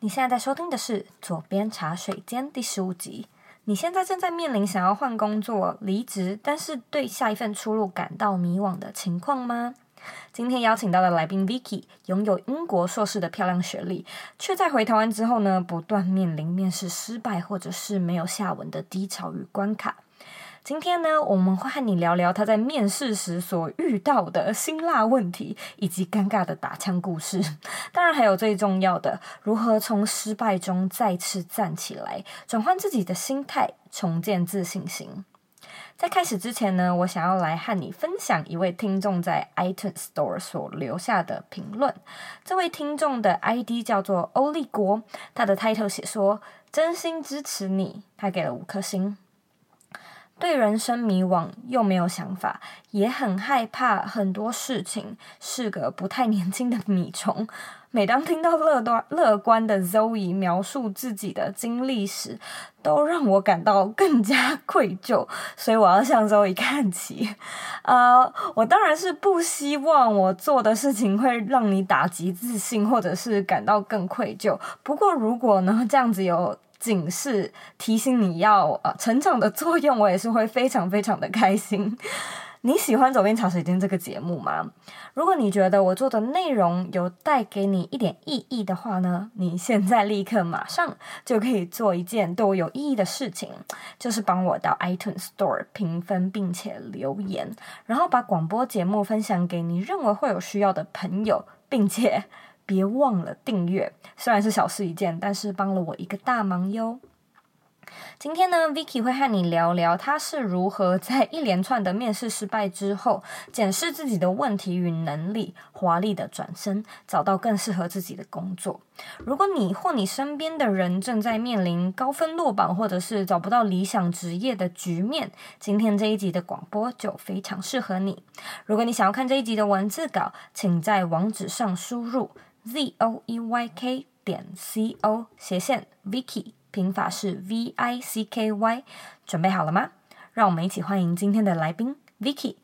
你现在在收听的是左边茶水间第15集。你现在正在面临想要换工作、离职，但是对下一份出路感到迷惘的情况吗？今天邀请到的来宾 Vicky 拥有英国硕士的漂亮学历，却在回台湾之后呢，不断面临面试失败或者是没有下文的低潮与关卡。今天呢，我们会和你聊聊他在面试时所遇到的辛辣问题，以及尴尬的打枪故事。当然还有最重要的，如何从失败中再次站起来，转换自己的心态，重建自信心。在开始之前呢，我想要来和你分享一位听众在 iTunes Store 所留下的评论。这位听众的 ID 叫做欧丽国，他的 title 写说真心支持你，他给了5颗星。对人生迷惘又没有想法，也很害怕很多事情，是个不太年轻的米虫。每当听到乐观的 Zoe 描述自己的经历时，都让我感到更加愧疚，所以我要向 Zoe 看齐。我当然是不希望我做的事情会让你打击自信，或者是感到更愧疚。不过如果呢，这样子有警示提醒你要成长的作用，我也是会非常非常的开心。你喜欢左边茶水间这个节目吗？如果你觉得我做的内容有带给你一点意义的话呢，你现在立刻马上就可以做一件对我有意义的事情，就是帮我到 iTunes Store 评分并且留言，然后把广播节目分享给你认为会有需要的朋友，并且别忘了订阅，虽然是小事一件，但是帮了我一个大忙哟。今天呢 Vicky 会和你聊聊她是如何在一连串的面试失败之后，检视自己的问题与能力，华丽的转身，找到更适合自己的工作。如果你或你身边的人正在面临高分落榜，或者是找不到理想职业的局面，今天这一集的广播就非常适合你。如果你想要看这一集的文字稿，请在网址上输入 zoeyk.co/Vicky，拼法是 VICKY， 准备好了吗？让我们一起欢迎今天的来宾 Vicky。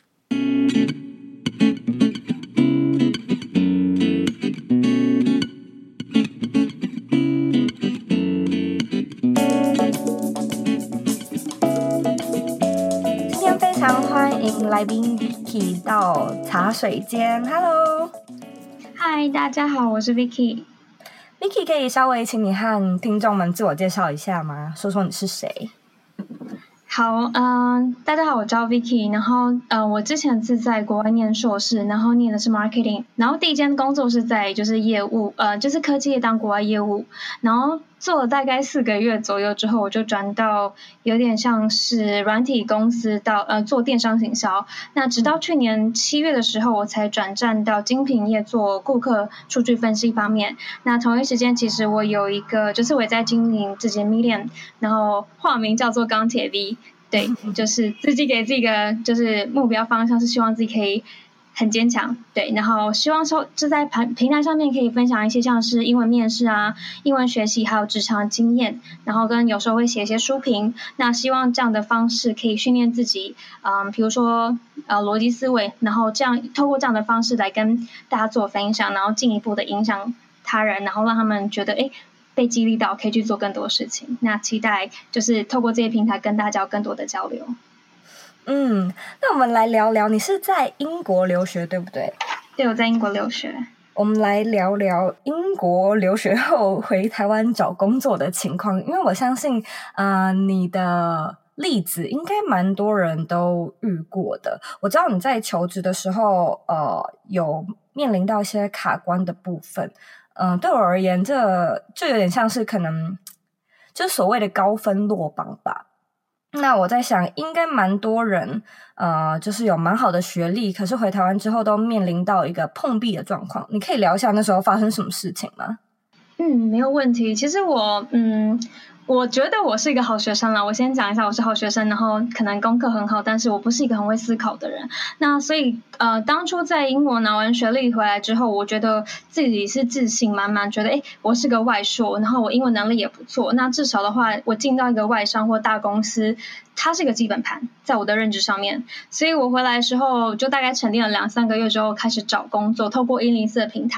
今天非常欢迎来宾 Vicky 到茶水间。 Hello， 嗨，大家好，我是 Vicky。Vicky 可以稍微请你和听众们自我介绍一下吗？说说你是谁？ 好，大家好，我叫 Vicky， 然后我之前是在国外念硕士，然后念的是 marketing， 然后第一间工作是在就是业务，就是科技业当国外业务，然后做了大概4个月左右之后，我就转到有点像是软体公司到做电商行销。那直到去年7月的时候，我才转战到精品业做顾客数据分析方面。那同一时间，其实我有一个就是我也在经营自己的 Medium， 然后化名叫做钢铁 V。对，就是自己给自己一个就是目标方向，是希望自己可以很坚强。对，然后希望说就在平台上面可以分享一些像是英文面试啊、英文学习还有职场经验，然后跟有时候会写一些书评。那希望这样的方式可以训练自己，比如说逻辑思维，然后这样透过这样的方式来跟大家做分享，然后进一步的影响他人，然后让他们觉得被激励到可以去做更多事情。那期待就是透过这些平台跟大家有更多的交流。 那我们来聊聊，你是在英国留学对不对？ 对，我在英国留学。 我们来聊聊英国留学后回台湾找工作的情况，因为我相信你的例子应该蛮多人都遇过的。我知道你在求职的时候有面临到一些卡关的部分。对我而言，这就有点像是可能就是所谓的高分落榜吧。那我在想，应该蛮多人就是有蛮好的学历，可是回台湾之后都面临到一个碰壁的状况。你可以聊一下那时候发生什么事情吗？ 没有问题。其实我觉得我是一个好学生啦。我先讲一下，我是好学生，然后可能功课很好，但是我不是一个很会思考的人。那所以当初在英国拿完学历回来之后，我觉得自己是自信满满，觉得我是个外硕，然后我英文能力也不错。那至少的话，我进到一个外商或大公司，它是一个基本盘，在我的认知上面。所以我回来的时候，就大概沉淀了2-3个月之后，开始找工作，透过104的平台。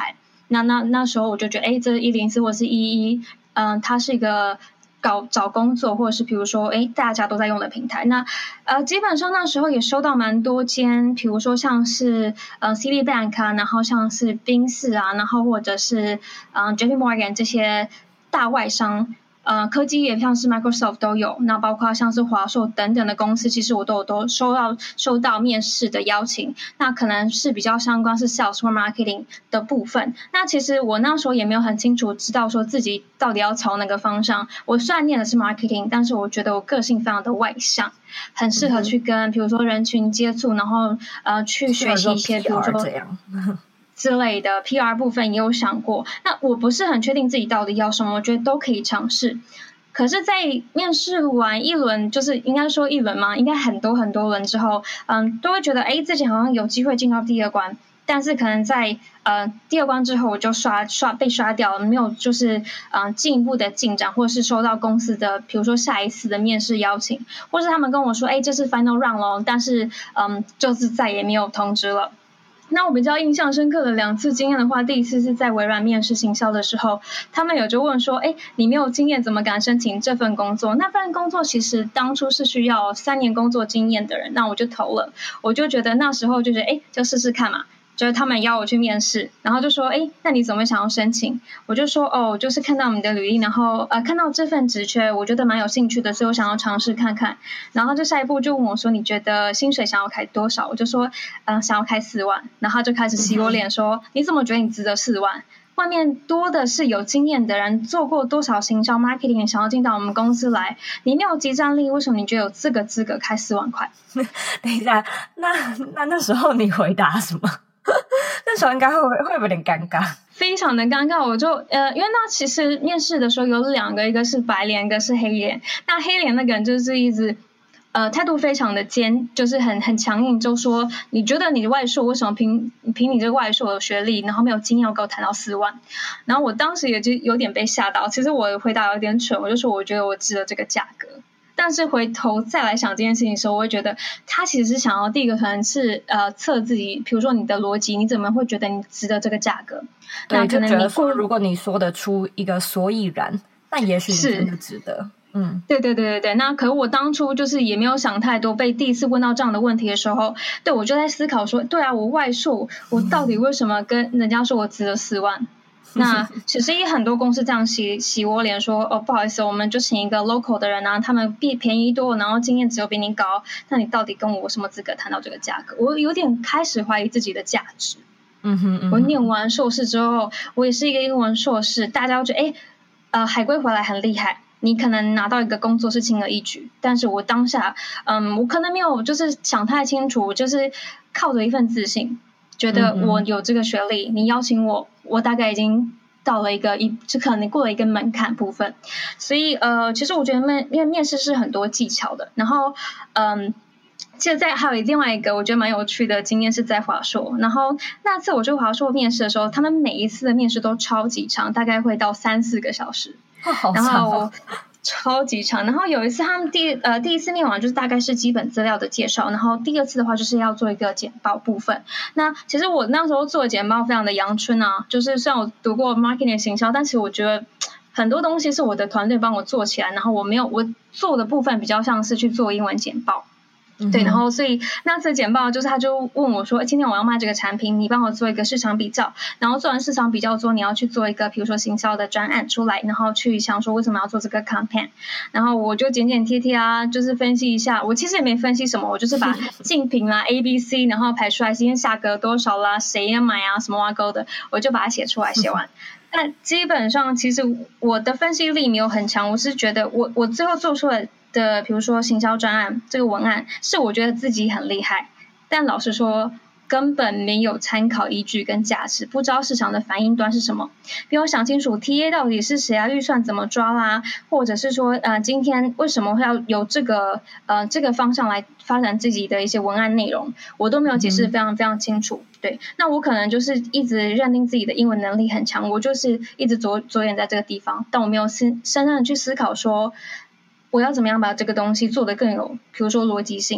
那时候我就觉得，这104或是11，它是一个找工作或者是比如说大家都在用的平台。那基本上那时候也收到蛮多间，比如说像是Citibank 啊，然后像是宾士啊，然后或者是JP Morgan 这些大外商。科技业像是 Microsoft 都有，那包括像是华硕等等的公司，其实我都收到面试的邀请，那可能是比较相关是 sales 或 marketing 的部分。那其实我那时候也没有很清楚知道说自己到底要朝哪个方向。我虽然念的是 marketing， 但是我觉得我个性非常的外向，很适合去跟比如说人群接触，然后去学习一些比如说这样之类的 PR 部分也有想过。那我不是很确定自己到底要什么，我觉得都可以尝试。可是在面试完一轮，就是应该说一轮嘛，应该很多轮之后，都会觉得自己好像有机会进到第二关，但是可能在第二关之后我就被刷掉了，没有就是进一步的进展，或是收到公司的比如说下一次的面试邀请，或是他们跟我说这是 final round 咯，但是就是再也没有通知了。那我比较印象深刻的2次经验的话，第一次是在微软面试行销的时候，他们有就问说你没有经验怎么敢申请这份工作？那份工作其实当初是需要3年工作经验的人，那我就投了。我就觉得那时候就觉得就试试看嘛，就是他们邀我去面试，然后就说那你怎么想要申请？我就说就是看到你的履历，然后看到这份职缺我觉得蛮有兴趣的，所以我想要尝试看看。然后就下一步就问我说你觉得薪水想要开多少？我就说想要开4万。然后他就开始洗我脸说你怎么觉得你值得4万？外面多的是有经验的人，做过多少行销 marketing 想要进到我们公司来，你没有即战力，为什么你觉得有这个资格开4万块？ 等一下，那时候你回答什么？那时候应该会有点尴尬， 非常的尴尬。我就因为那其实面试的时候有2个，一个是白脸，一个是黑脸。那黑脸那个人就是一直态度非常的尖，就是很强硬，就说你觉得你的外硕为什么凭你这个外硕的学历，然后没有经验，要给我谈到4万？然后我当时也就有点被吓到。其实我回答有点蠢，我就说我觉得我值得这个价格。但是回头再来想这件事情的时候，我会觉得他其实是想要第一个可能是测自己，比如说你的逻辑，你怎么会觉得你值得这个价格？ 对，那可能就觉得说如果你说得出一个所以然，那也许你真的值得。 对。那可是我当初就是也没有想太多，被第一次问到这样的问题的时候，对我就在思考说，对啊，我外硕，我到底为什么跟人家说我值得4万？那其实也很多公司这样洗我脸说不好意思，我们就请一个 local 的人啊，他们便宜多，然后经验只有比你高，那你到底跟我有什么资格谈到这个价格？我有点开始怀疑自己的价值。我念完硕士之后，我也是一个英文硕士，大家都觉得海归回来很厉害，你可能拿到一个工作是轻而易举，但是我当下我可能没有就是想太清楚，就是靠着一份自信，觉得我有这个学历，你邀请我大概已经到了就可能过了一个门槛部分。所以其实我觉得面试是很多技巧的。然后现在还有另外一个我觉得蛮有趣的经验是在华硕，然后那次我去华硕面试的时候，他们每一次的面试都超级长，大概会到3-4个小时，然后超级长。然后有一次他们第一次面完就是大概是基本资料的介绍，然后第二次的话就是要做一个简报部分。那其实我那时候做的简报非常的阳春啊，就是虽然我读过 marketing 行销，但是我觉得很多东西是我的团队帮我做起来，然后我做的部分比较像是去做英文简报。对，然后所以那次简报就是他就问我说今天我要卖这个产品，你帮我做一个市场比较，然后做完市场比较之后你要去做一个比如说行销的专案出来，然后去想说为什么要做这个 campaign。 然后我就剪贴啊，就是分析一下，我其实也没分析什么，我就是把竞品啦ABC 然后排出来今天价格多少啦，谁要买啊，什么挖沟的，我就把它写出来写完。但基本上其实我的分析力没有很强，我是觉得我最后做出来的比如说行销专案这个文案是我觉得自己很厉害，但老实说根本没有参考依据跟价值，不知道市场的反应端是什么，没有想清楚 TA 到底是谁啊，预算怎么抓啦，或者是说今天为什么会要有这个方向来发展自己的一些文案内容，我都没有解释非常非常清楚。对，那我可能就是一直认定自己的英文能力很强，我就是一直着眼在这个地方，但我没有深深的去思考说我要怎么样把这个东西做得更有比如说逻辑性。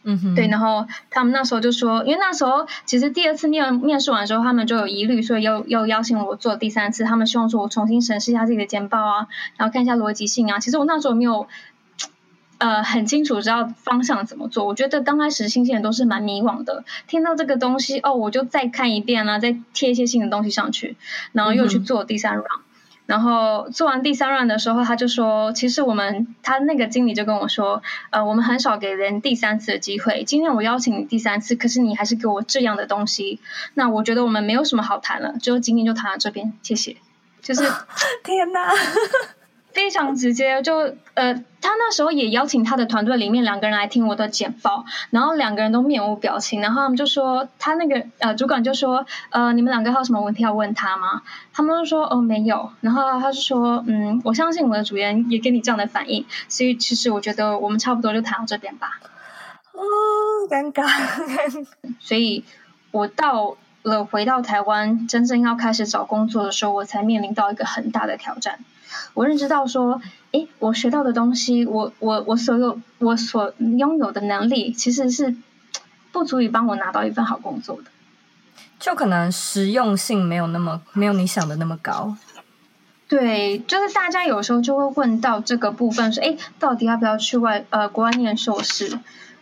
对，然后他们那时候就说，因为那时候其实第2次面试完之后，他们就有疑虑，所以又邀请我做第3次。他们希望说我重新审视一下自己的简报啊，然后看一下逻辑性啊。其实我那时候没有很清楚知道方向怎么做。我觉得刚开始新鲜人都是蛮迷惘的，听到这个东西我就再看一遍啊，再贴一些新的东西上去，然后又去做第3 round。然后做完第3 round 的时候，他就说，其实他那个经理就跟我说，我们很少给人第3次的机会。今天我邀请你第3次，可是你还是给我这样的东西，那我觉得我们没有什么好谈了，就今天就谈到这边，谢谢。就是天哪！ 非常直接，就他那时候也邀请他的团队里面2个人来听我的简报，然后2个人都面无表情，然后他们就说，他那个主管就说，你们2个还有什么问题要问他吗？他们就说没有，然后他就说，我相信我的组员也给你这样的反应，所以其实我觉得我们差不多就谈到这边吧。 尴尬。 所以我回到台湾，真正要开始找工作的时候，我才面临到一个很大的挑战。我认知到说，我学到的东西，我所拥有的能力，其实是不足以帮我拿到一份好工作的， 就可能实用性没有你想的那么高。 对，就是大家有时候就会问到这个部分，说，到底要不要去国外念硕士？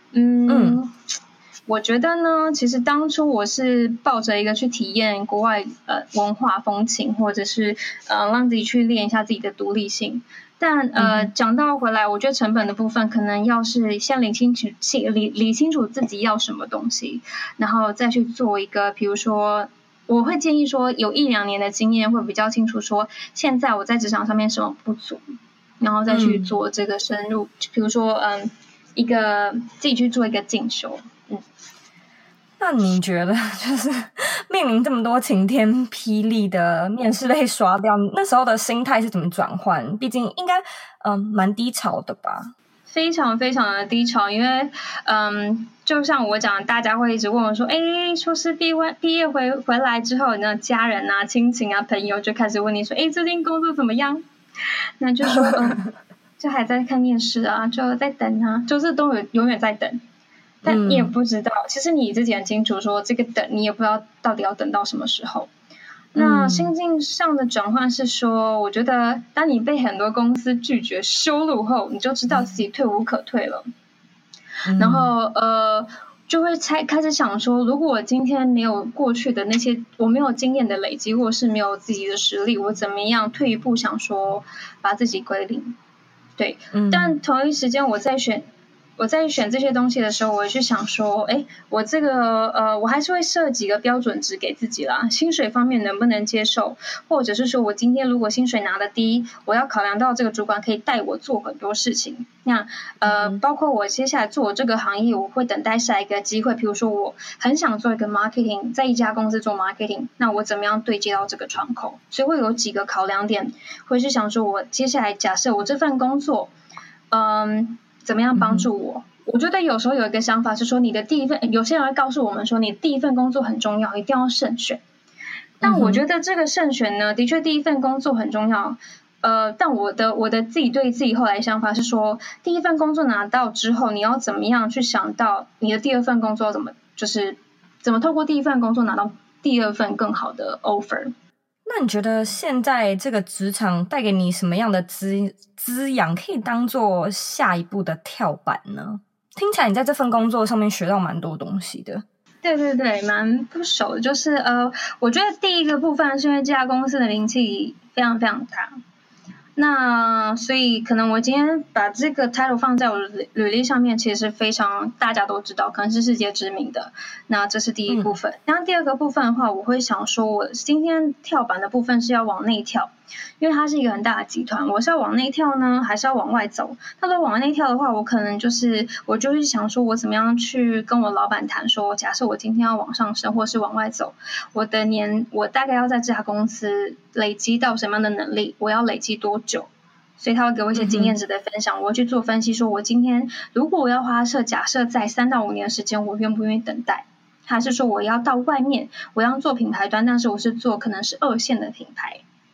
我觉得呢，其实当初我是抱着一个去体验国外文化风情，或者是让自己去练一下自己的独立性。但讲到回来，我觉得成本的部分可能要是先理清楚自己要什么东西，然后再去做一个，比如说我会建议说有1-2年的经验会比较清楚说现在我在职场上面什么不足，然后再去做这个深入，比如说自己去做一个进修。 那你觉得就是面临这么多晴天霹雳的面试被刷掉，那时候的心态是怎么转换？毕竟应该蛮低潮的吧？ 非常非常的低潮，因为就像我讲，大家会一直问我说，硕士毕业回来之后，那家人啊、亲情啊、朋友就开始问你说，最近工作怎么样？那就说就还在看面试啊，就在等啊，就是都永远在等。但你也不知道，其实你自己很清楚说这个等，你也不知道到底要等到什么时候。那心境上的转换是说，我觉得当你被很多公司拒绝羞辱后，你就知道自己退无可退了。然后就会开始想说，如果我今天没有过去的那些，我没有经验的累积，或是没有自己的实力，我怎么样退一步想说把自己归零？对，但同一时间我在选这些东西的时候，我去想说，我这个我还是会设几个标准值给自己啦。薪水方面能不能接受，或者是说我今天如果薪水拿得低，我要考量到这个主管可以带我做很多事情。那包括我接下来做这个行业，我会等待下一个机会。比如说我很想做一个 marketing， 在一家公司做 marketing， 那我怎么样对接到这个窗口？所以会有几个考量点，会是想说我接下来假设我这份工作，怎么样帮助我？我觉得有时候有一个想法是说，有些人会告诉我们说，你第一份工作很重要，一定要慎选。但我觉得这个慎选呢，的确第一份工作很重要。但我的自己对自己后来想法是说，第一份工作拿到之后，你要怎么样去想到你的第2份工作怎么透过第一份工作拿到第2份更好的 offer。 那你觉得现在这个职场带给你什么样的滋养，可以当做下一步的跳板呢？听起来你在这份工作上面学到蛮多东西的。 对对对，蛮不熟的。就是我觉得第一个部分是因为这家公司的名气非常非常大。那所以可能我今天把这个 title 放在我的履历上面，其实是非常大家都知道，可能是世界知名的。那这是第一部分。然后第2个部分的话，我会想说，我今天跳板的部分是要往内跳，因为它是一个很大的集团，我是要往内跳呢，还是要往外走？那如果往内跳的话，我可能我就是想说，我怎么样去跟我老板谈说，假设我今天要往上升，或是往外走，我大概要在这家公司累积到什么样的能力？我要累积多久？所以他会给我一些经验值的分享，我会去做分析，说我今天如果我要假设在3到5年的时间，我愿不愿意等待？还是说我要到外面，我要做品牌端，但是我是做可能是2线的品牌？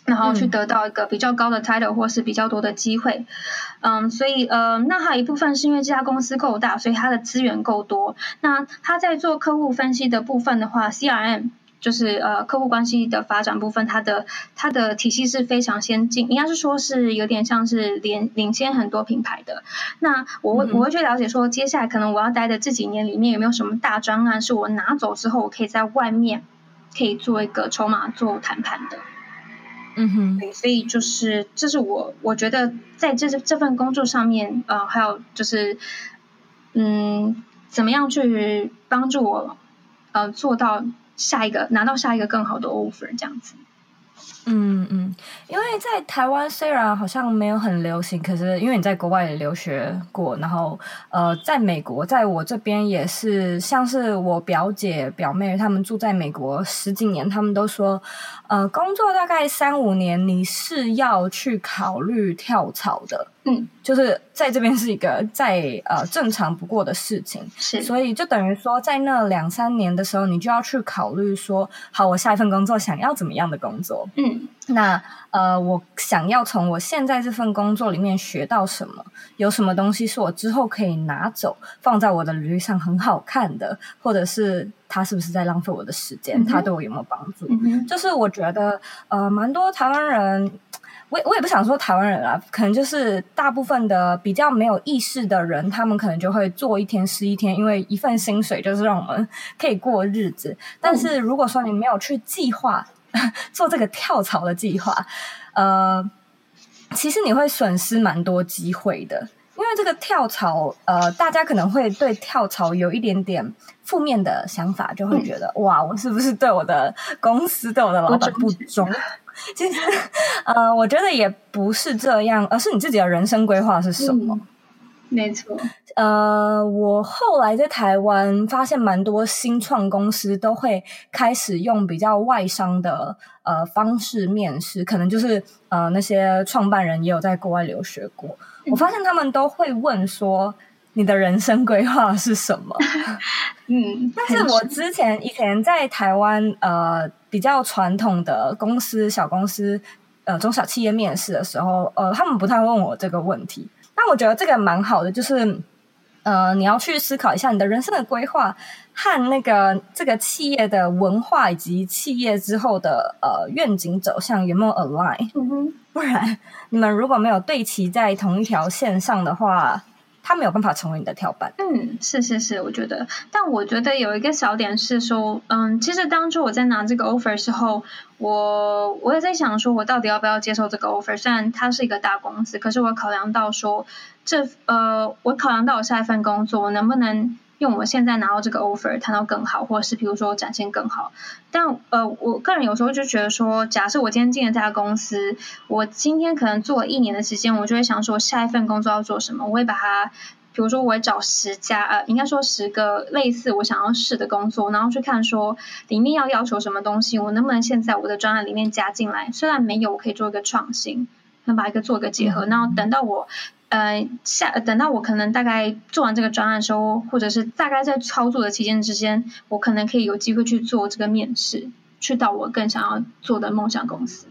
然后去得到一个比较高的 title 或是比较多的机会。所以那还有一部分是因为这家公司够大，所以它的资源够多。那它在做客户分析的部分的话 CRM 就是客户关系的发展部分，它的体系是非常先进，应该是说是有点像是领先很多品牌的。那我会去了解说，接下来可能我要待的这几年里面有没有什么大专案是我拿走之后，我可以在外面可以做一个筹码做谈判的。对，所以就是这是我觉得在这份工作上面，还有就是怎么样去帮助我做到拿到下一个更好的 offer 这样子。 因为在台湾虽然好像没有很流行，可是因为你在国外也留学过，然后在美国，在我这边也是，像是我表姐表妹他们住在美国10几年，他们都说工作大概3-5年你是要去考虑跳槽的。就是在这边是一个再正常不过的事情， 是， 所以就等于说在那2-3年的时候，你就要去考虑说，好，我下一份工作想要怎么样的工作？那我想要从我现在这份工作里面学到什么？有什么东西是我之后可以拿走，放在我的履历上很好看的，或者是他是不是在浪费我的时间？他对我有没有帮助？就是我觉得蛮多台湾人。我也不想说台湾人啦，可能就是大部分的比较没有意识的人，他们可能就会做一天是一天，因为一份薪水就是让我们可以过日子。但是如果说你没有去计划做这个跳槽的计划，其实你会损失蛮多机会的。因为这个跳槽大家可能会对跳槽有一点点负面的想法，就会觉得哇，我是不是对我的公司对我的老板不忠？其实我觉得也不是这样，而是你自己的人生规划是什么。 没错。 我后来在台湾发现蛮多新创公司都会开始用比较外商的方式面试，可能就是那些创办人也有在国外留学过。我发现他们都会问说你的人生规划是什么？但是我以前在台湾比较传统的公司、小公司、中小企业面试的时候，他们不太会问我这个问题。那我觉得这个蛮好的，就是你要去思考一下你的人生的规划和这个企业的文化以及企业之后的愿景走向有没有 align。不然你们如果没有对齐在同一条线上的话，他没有办法成为你的跳板。 是，我觉得。但我觉得有一个小点是说，其实当初我在拿这个 offer 的时候，我也在想说，我到底要不要接受这个 offer？ 虽然它是一个大公司，可是我考量到说，我考量到我下一份工作，我能不能用我现在拿到这个 offer 谈到更好，或者是比如说展现更好。但我个人有时候就觉得说，假设我今天进了这家公司，我今天可能做了1年的时间，我就会想说下一份工作要做什么，我会把它，比如说我会找应该说10个类似我想要试的工作，然后去看说里面要求什么东西，我能不能现在我的专案里面加进来，虽然没有，我可以做一个创新，能把做一个结合，然后等到我可能大概做完这个专案的时候，或者是大概在操作的期间之间，我可能可以有机会去做这个面试，去到我更想要做的梦想公司。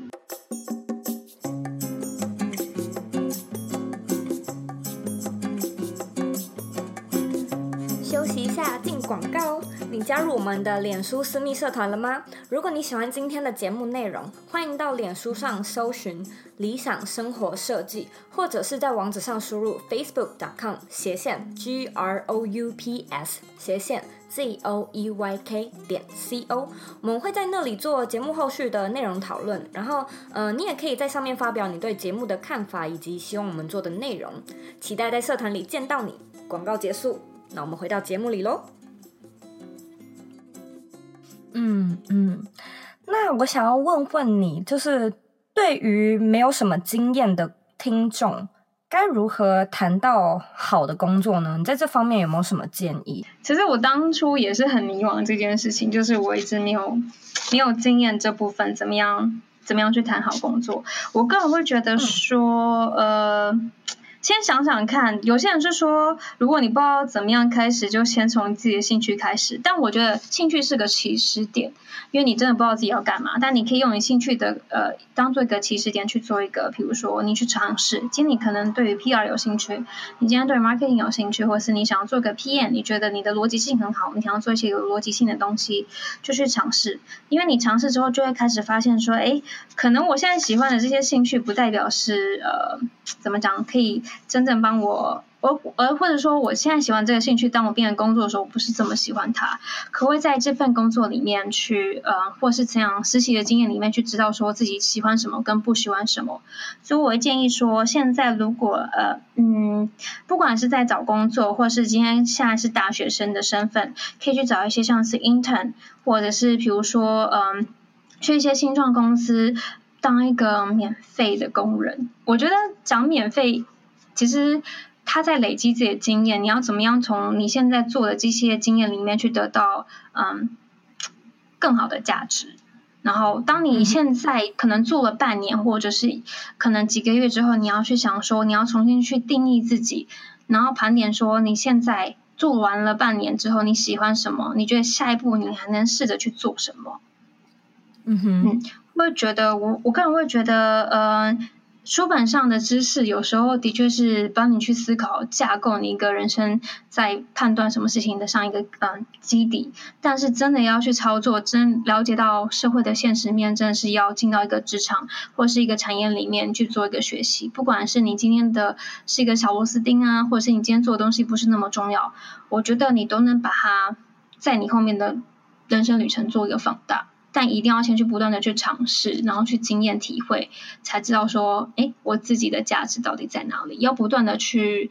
休息一下，进广告。你加入我们的脸书私密社团了吗？如果你喜欢今天的节目内容，欢迎到脸书上搜寻理想生活设计，或者是在网址上输入 facebook.com/groups/zoeyk.co， 我们会在那里做节目后续的内容讨论，然后你也可以在上面发表你对节目的看法以及希望我们做的内容，期待在社团里见到你。广告结束，那我们回到节目里咯。那我想要问问你，就是对于没有什么经验的听众，该如何谈到好的工作呢？你在这方面有没有什么建议？ 其实我当初也是很迷惘这件事情，就是我一直没有经验这部分，怎么样去谈好工作。我个人会觉得说， 先想想看，有些人是说，如果你不知道怎么样开始，就先从自己的兴趣开始。但我觉得兴趣是个起始点，因为你真的不知道自己要干嘛，但你可以用你兴趣的当做一个起始点去做一个，比如说你去尝试。今天你可能对于 PR 有兴趣，你今天对 marketing 有兴趣，或是你想要做个 PM， 你觉得你的逻辑性很好，你想要做一些有逻辑性的东西，就去尝试。因为你尝试之后，就会开始发现说，可能我现在喜欢的这些兴趣，不代表是怎么讲，可以真正帮我，或者说我现在喜欢这个兴趣，当我变成工作的时候，我不是这么喜欢它，可会在这份工作里面去或是这样实习的经验里面去知道说自己喜欢什么跟不喜欢什么。所以我会建议说，现在如果不管是在找工作，或是现在是大学生的身份，可以去找一些像是 intern， 或者是比如说去一些新创公司当一个免费的工人。我觉得讲免费，其实他在累积自己的经验，你要怎么样从你现在做的这些经验里面去得到更好的价值。然后当你现在可能做了半年，或者是可能几个月之后，你要去想说你要重新去定义自己，然后盘点说你现在做完了半年之后你喜欢什么，你觉得下一步你还能试着去做什么。会觉得我个人会觉得书本上的知识有时候的确是帮你去思考架构你一个人生在判断什么事情的上一个基底，但是真的要去操作，真了解到社会的现实面，真的是要进到一个职场或是一个产业里面去做一个学习。不管是你今天的是一个小螺丝钉啊，或者是你今天做的东西不是那么重要，我觉得你都能把它在你后面的人生旅程做一个放大。但一定要先去不断的去尝试，然后去经验体会，才知道说我自己的价值到底在哪里。要不断的去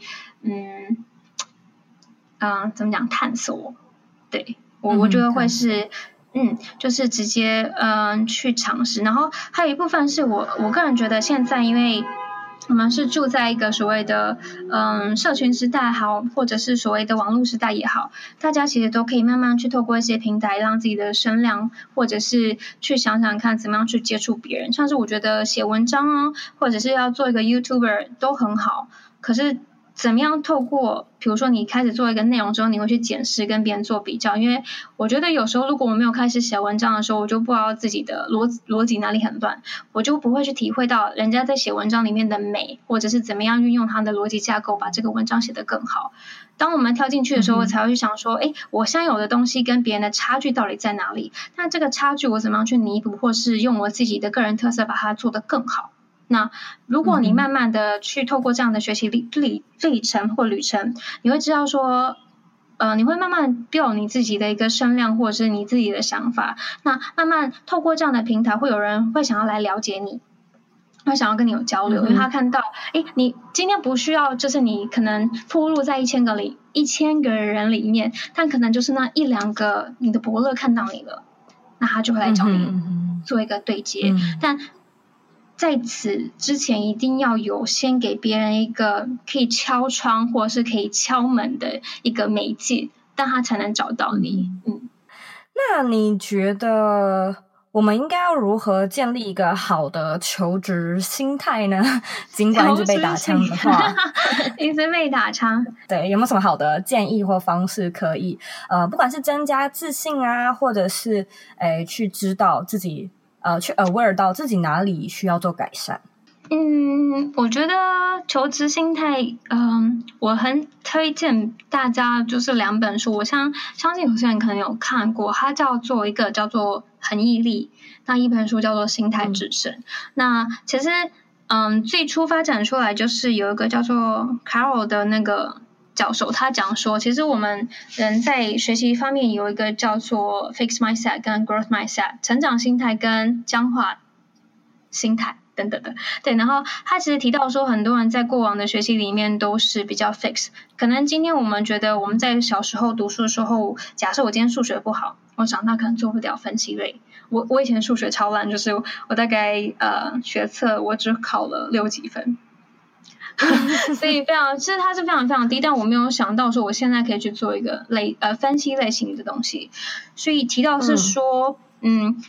怎么讲，探索。对，我觉得会是就是直接去尝试。然后还有一部分是我个人觉得现在因为我们是住在一个所谓的社群时代好，或者是所谓的网络时代也好，大家其实都可以慢慢去透过一些平台让自己的声量，或者是去想想看怎么样去接触别人。像是我觉得写文章啊，或者是要做一个 YouTuber 都很好，可是怎么样透过比如说你开始做一个内容之后，你会去检视跟别人做比较。因为我觉得有时候如果我没有开始写文章的时候，我就不知道自己的逻辑哪里很乱，我就不会去体会到人家在写文章里面的美，或者是怎么样运用他的逻辑架构把这个文章写得更好。当我们跳进去的时候，我才会去想说我现在有的东西跟别人的差距到底在哪里，那这个差距我怎么样去弥补，或是用我自己的个人特色把它做得更好。那如果你慢慢的去透过这样的学习历程或旅程，你会知道说你会慢慢 build 你自己的一个声量，或者是你自己的想法。那慢慢透过这样的平台，会有人会想要来了解你，会想要跟你有交流，因为他看到你今天不需要就是你可能暴露在1000个人里面，但可能就是那1-2个你的伯乐看到你了，那他就会来找你做一个对接。但在此之前一定要有先给别人一个可以敲窗或者是可以敲门的一个媒介，但他才能找到你。 那你觉得我们应该要如何建立一个好的求职心态呢？尽管一直被打枪的话一直被打枪， 对，有没有什么好的建议或方式可以不管是增加自信啊，或者是去知道自己去 aware 到自己哪里需要做改善？ 我觉得求职心态，我很推荐大家就是2本书，我相信有些人可能有看过，它叫做恒毅力，那一本书叫做心态致胜。那其实最初发展出来就是有一个叫做 Carol 的那个教授，他讲说其实我们人在学习方面有一个叫做 fixed mindset 跟 growth mindset， 成长心态跟僵化心态等等的。对，然后他其实提到说很多人在过往的学习里面都是比较 fix， 可能今天我们觉得我们在小时候读书的时候，假设我今天数学不好，我长大可能做不了分析类，我以前数学超烂，就是我大概学测我只考了6几分所以其实它是非常非常低，但我没有想到说我现在可以去做一个分析类型的东西。所以提到是说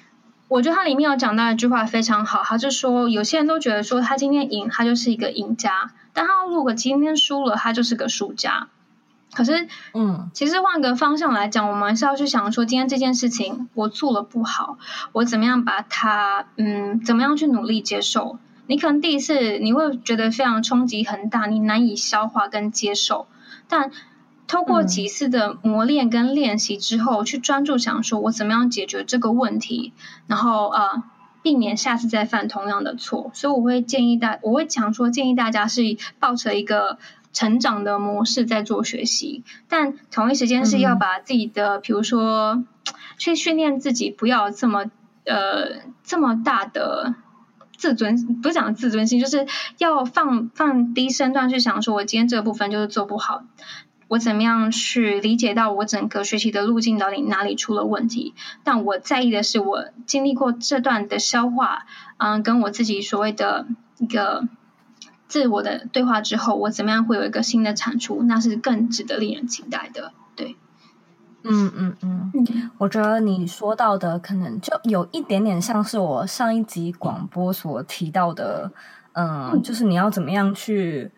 我觉得他里面有讲到一句话非常好，他就说有些人都觉得说他今天赢，他就是一个赢家，但他如果今天输了，他就是个输家。可是，其实换个方向来讲，我们是要去想说，今天这件事情我做了不好，我怎么样把它，怎么样去努力接受。你可能第一次你会觉得非常冲击很大，你难以消化跟接受，但透过几次的磨练跟练习之后，去专注想说我怎么样解决这个问题，然后避免下次再犯同样的错。所以我会建议建议大家是抱着一个成长的模式在做学习，但同一时间是要把自己的，比如说去训练自己，不要这么大的自尊，不是讲自尊心，就是要放低身段去想说，我今天这个部分就是做不好。我怎么样去理解到我整个学习的路径到底哪里出了问题？但我在意的是，我经历过这段的消化，跟我自己所谓的一个自我的对话之后，我怎么样会有一个新的产出？那是更值得令人期待的。对， 我觉得你说到的可能就有一点点像是我上一集广播所提到的，就是你要怎么样去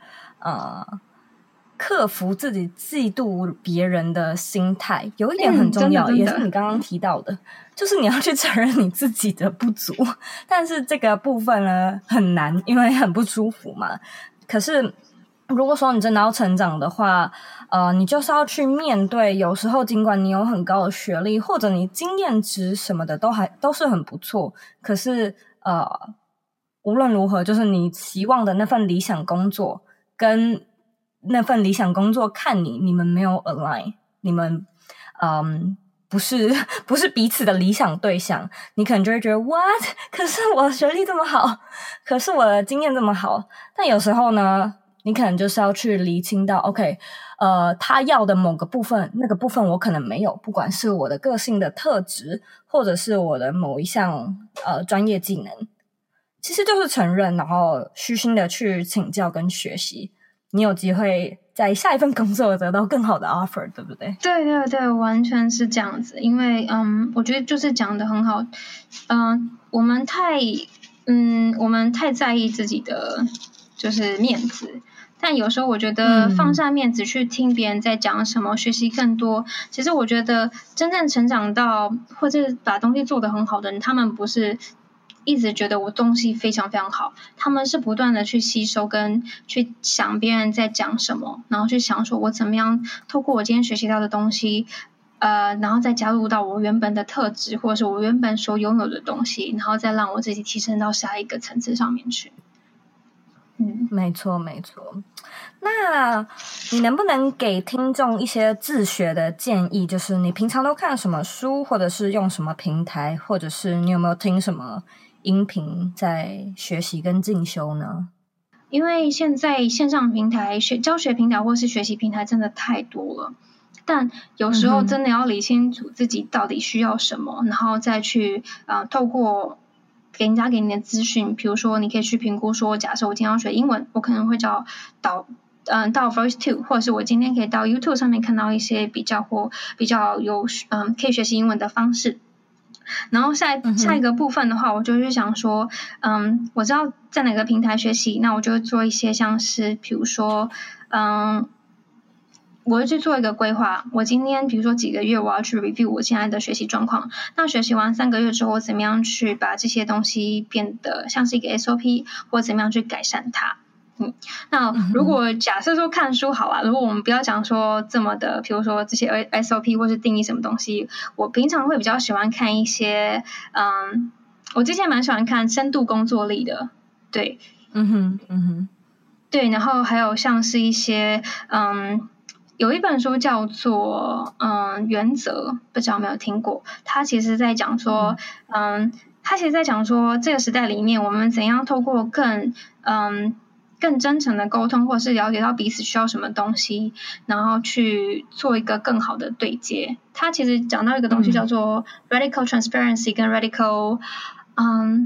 克服自己嫉妒别人的心态，有一点很重要，也是你刚刚提到的，就是你要去承认你自己的不足，但是这个部分呢很难，因为很不舒服嘛。可是如果说你真的要成长的话，你就是要去面对，有时候尽管你有很高的学历，或者你经验值什么的都是很不错，可是无论如何，就是你期望的那份理想工作跟那份理想工作看你们没有 align， 你们不是彼此的理想对象，你可能就会觉得 what？ 可是我的学历这么好，可是我的经验这么好，但有时候呢，你可能就是要去厘清到 OK， 他要的某个部分，那个部分我可能没有，不管是我的个性的特质，或者是我的某一项专业技能，其实就是承认，然后虚心的去请教跟学习。你有机会在下一份工作得到更好的 offer， 对不对？ 对对对，完全是这样子。因为我觉得就是讲得很好，我们太在意自己的就是面子，但有时候我觉得放下面子去听别人在讲什么，学习更多。其实我觉得真正成长到或者把东西做得很好的人，他们不是一直觉得我东西非常非常好，他们是不断的去吸收跟去想别人在讲什么，然后去想说我怎么样透过我今天学习到的东西，然后再加入到我原本的特质或者是我原本所拥有的东西，然后再让我自己提升到下一个层次上面去。 没错没错。那你能不能给听众一些自学的建议，就是你平常都看什么书，或者是用什么平台，或者是你有没有听什么音频在学习跟进修呢？ 因为现在线上平台教学平台或是学习平台真的太多了，但有时候真的要理清楚自己到底需要什么，然后再去透过人家给你的资讯，比如说你可以去评估说，假设我今天要学英文，我可能会到 Voice2， 或者是我今天可以到 YouTube 上面看到一些比较有可以学习英文的方式。然后下一个部分的话，我就会想说，我知道在哪个平台学习，那我就会做一些像是，比如说，我会去做一个规划。我今天比如说几个月，我要去 review 我现在的学习状况。那学习完3个月之后，我怎么样去把这些东西变得像是一个 SOP， 或怎么样去改善它？那如果假设说看书好了，如果我们不要讲说这么的，比如说这些 SOP 或是定义什么东西，我平常会比较喜欢看一些，我之前蛮喜欢看深度工作力的，对，对，然后还有像是一些，有一本书叫做原则，不知道有没有听过？它其实在讲说，这个时代里面，我们怎样透过更真诚的沟通，或者是了解到彼此需要什么东西，然后去做一个更好的对接。他其实讲到一个东西叫做 radical transparency 跟 radical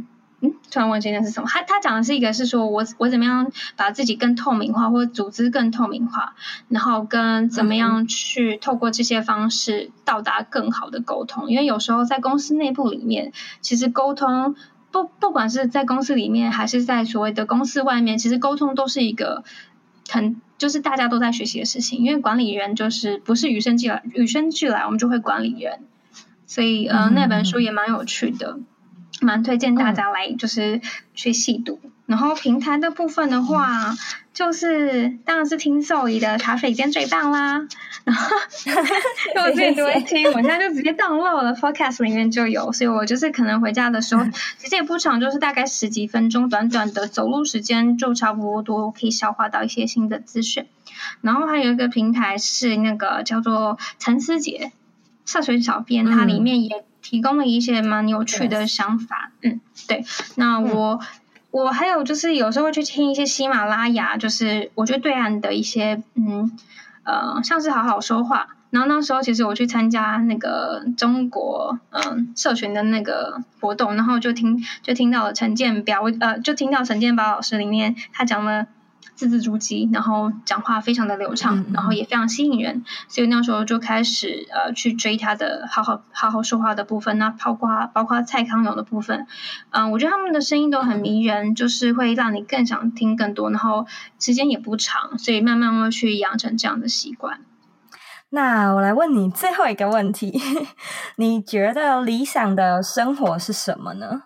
突然忘记那是什么。他讲的是一个是说我怎么样把自己更透明化，或者组织更透明化，然后跟怎么样去透过这些方式到达更好的沟通。因为有时候在公司内部里面，其实沟通不管是在公司里面还是在所谓的公司外面，其实沟通都是一个就是大家都在学习的事情。因为管理人就是不是与生俱来我们就会管理人，所以那本书也蛮有趣的，蛮推荐大家来就是去细读。然后平台的部分的话，就是当然是听Zoe的茶水间最棒啦。然后我自己都会听，我现在就直接 download 了 Podcast 里面就有，所以我就是可能回家的时候，其实也不长，就是大概10几分钟，短短的走路时间就差不多可以消化到一些新的资讯。然后还有一个平台是那个叫做陈思杰社群小编，它里面也提供了一些蛮有趣的想法。对。那我还有就是有时候会去听一些喜马拉雅，就是我觉得对岸的一些像是好好说话。然后那时候其实我去参加那个中国社群的那个活动，然后就听到了陈建彪，就听到陈建彪老师里面他讲了字珠玑，然后讲话非常的流畅，然后也非常吸引人，所以那时候就开始去追他的好好说话的部分，那包括蔡康永的部分，我觉得他们的声音都很迷人，就是会让你更想听更多，然后时间也不长，所以慢慢会去养成这样的习惯。 那我来问你最后一个问题，你觉得理想的生活是什么呢？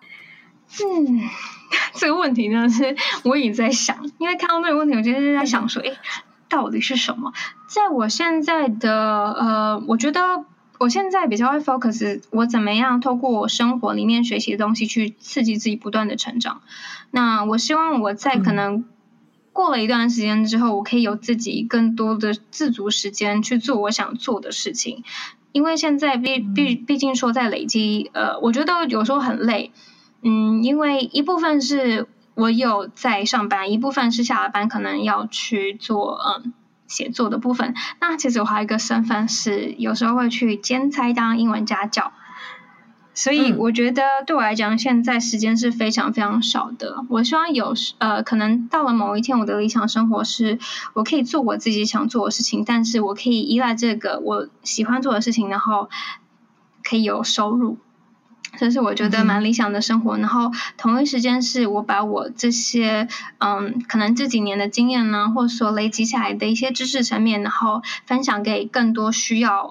这个问题呢是我也在想，因为看到那个问题，我就是在想说，到底是什么？在我现在的我觉得我现在比较会 focus 我怎么样透过我生活里面学习的东西去刺激自己不断的成长。那我希望我在可能过了一段时间之后，我可以有自己更多的自主时间去做我想做的事情。因为现在毕竟说在累积，我觉得有时候很累。因为一部分是我有在上班，一部分是下了班可能要去做写作的部分。那其实我还有一个身份是有时候会去兼差当英文家教，所以我觉得对我来讲现在时间是非常非常少的。我希望可能到了某一天，我的理想生活是我可以做我自己想做的事情，但是我可以依赖这个我喜欢做的事情，然后可以有收入，这是我觉得蛮理想的生活。然后同一时间是我把我这些可能这几年的经验呢，或者说累积下来的一些知识层面，然后分享给更多需要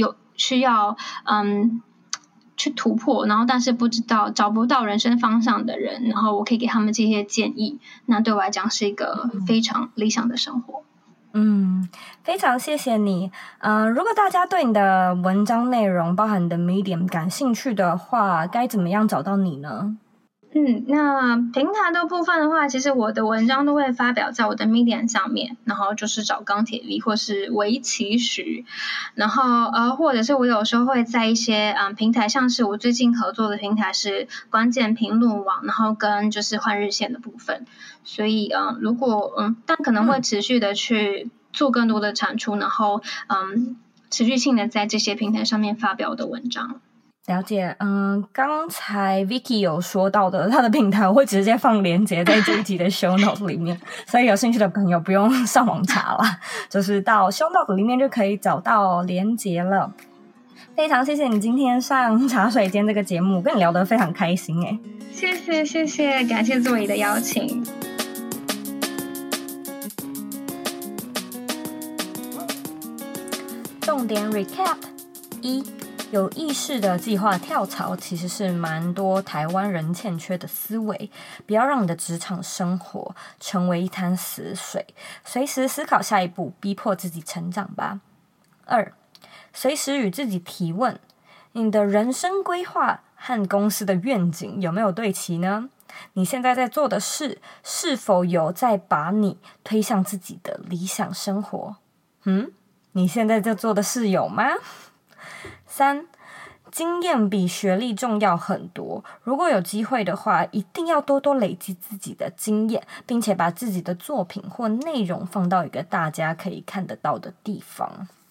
去突破，然后但是找不到人生方向的人，然后我可以给他们这些建议。那对我来讲是一个非常理想的生活。 非常谢谢你。如果大家对你的文章内容包含你的 Medium 感兴趣的话，该怎么样找到你呢？ 那平台的部分的话，其实我的文章都会发表在我的 Medium 上面，然后就是找钢铁 V 或是围棋徐，然后或者是我有时候会在一些平台，像是我最近合作的平台是关键评论网，然后跟就是换日线的部分，所以如果但可能会持续的去做更多的产出，然后持续性的在这些平台上面发表我的文章。 了解。刚才 Vicky 有说到的他的平台，我会直接放连结在这一集的 show note 里面，所以有兴趣的朋友不用上网查啦，就是到 show note 里面就可以找到连结了。非常谢谢你今天上茶水间这个节目，跟你聊得非常开心耶。 谢谢，感谢Zoe的邀请。 重点 recap： 1. 有意识的计划跳槽其实是蛮多台湾人欠缺的思维，不要让你的职场生活成为一滩死水，随时思考下一步，逼迫自己成长吧。2. 随时与自己提问，你的人生规划和公司的愿景有没有对齐呢？你现在在做的事是否有在把你推向自己的理想生活？你现在在做的事有吗？3. 经验比学历重要很多，如果有机会的话，一定要多多累积自己的经验，并且把自己的作品或内容放到一个大家可以看得到的地方。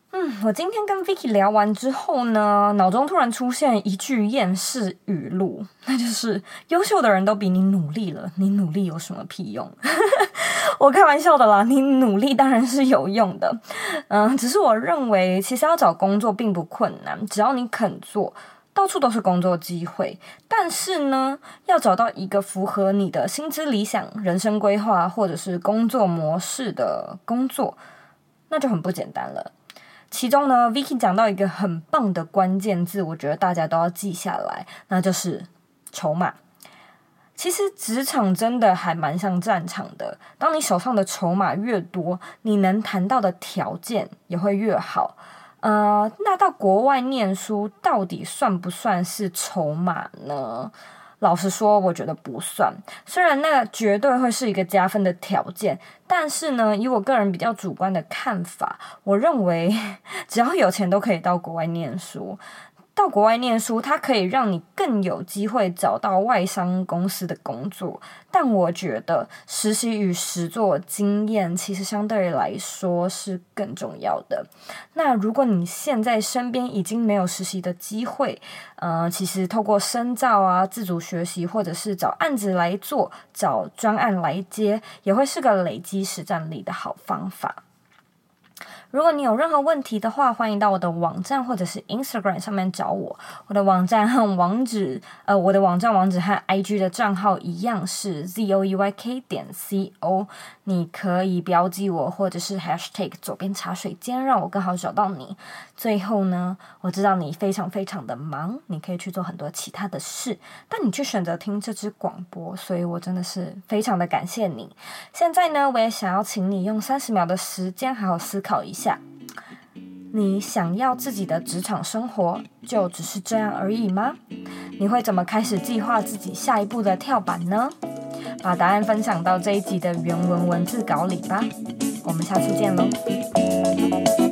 我今天跟 Vicky 聊完之后呢，脑中突然出现一句厌世语录，那就是优秀的人都比你努力了，你努力有什么屁用？我开玩笑的啦，你努力当然是有用的，只是我认为其实要找工作并不困难，只要你肯做，到处都是工作机会。但是呢，要找到一个符合你的薪资理想、人生规划或者是工作模式的工作，那就很不简单了。其中呢 Vicky 讲到一个很棒的关键字，我觉得大家都要记下来，那就是筹码。其实职场真的还蛮像战场的，当你手上的筹码越多，你能谈到的条件也会越好。那到国外念书到底算不算是筹码呢？老实说，我觉得不算。虽然那个绝对会是一个加分的条件，但是呢，以我个人比较主观的看法，我认为只要有钱都可以到国外念书。到国外念书，它可以让你更有机会找到外商公司的工作，但我觉得实习与实作经验其实相对来说是更重要的。那如果你现在身边已经没有实习的机会，其实透过深造啊、自主学习，或者是找案子来做、找专案来接，也会是个累积实战力的好方法。如果你有任何问题的话，欢迎到我的网站或者是 Instagram 上面找我。我的网站和网址和 IG 的账号一样是 zoeyk.co， 你可以标记我或者是 hashtag 左边茶水间，让我更好找到你。最后呢，我知道你非常非常的忙，你可以去做很多其他的事，但你却选择听这支广播，所以我真的是非常的感谢你。现在呢，我也想要请你用30秒的时间好好思考一下，你想要自己的职场生活就只是这样而已吗？你会怎么开始计划自己下一步的跳板呢？把答案分享到这一集的原文文字稿里吧。我们下次见咯。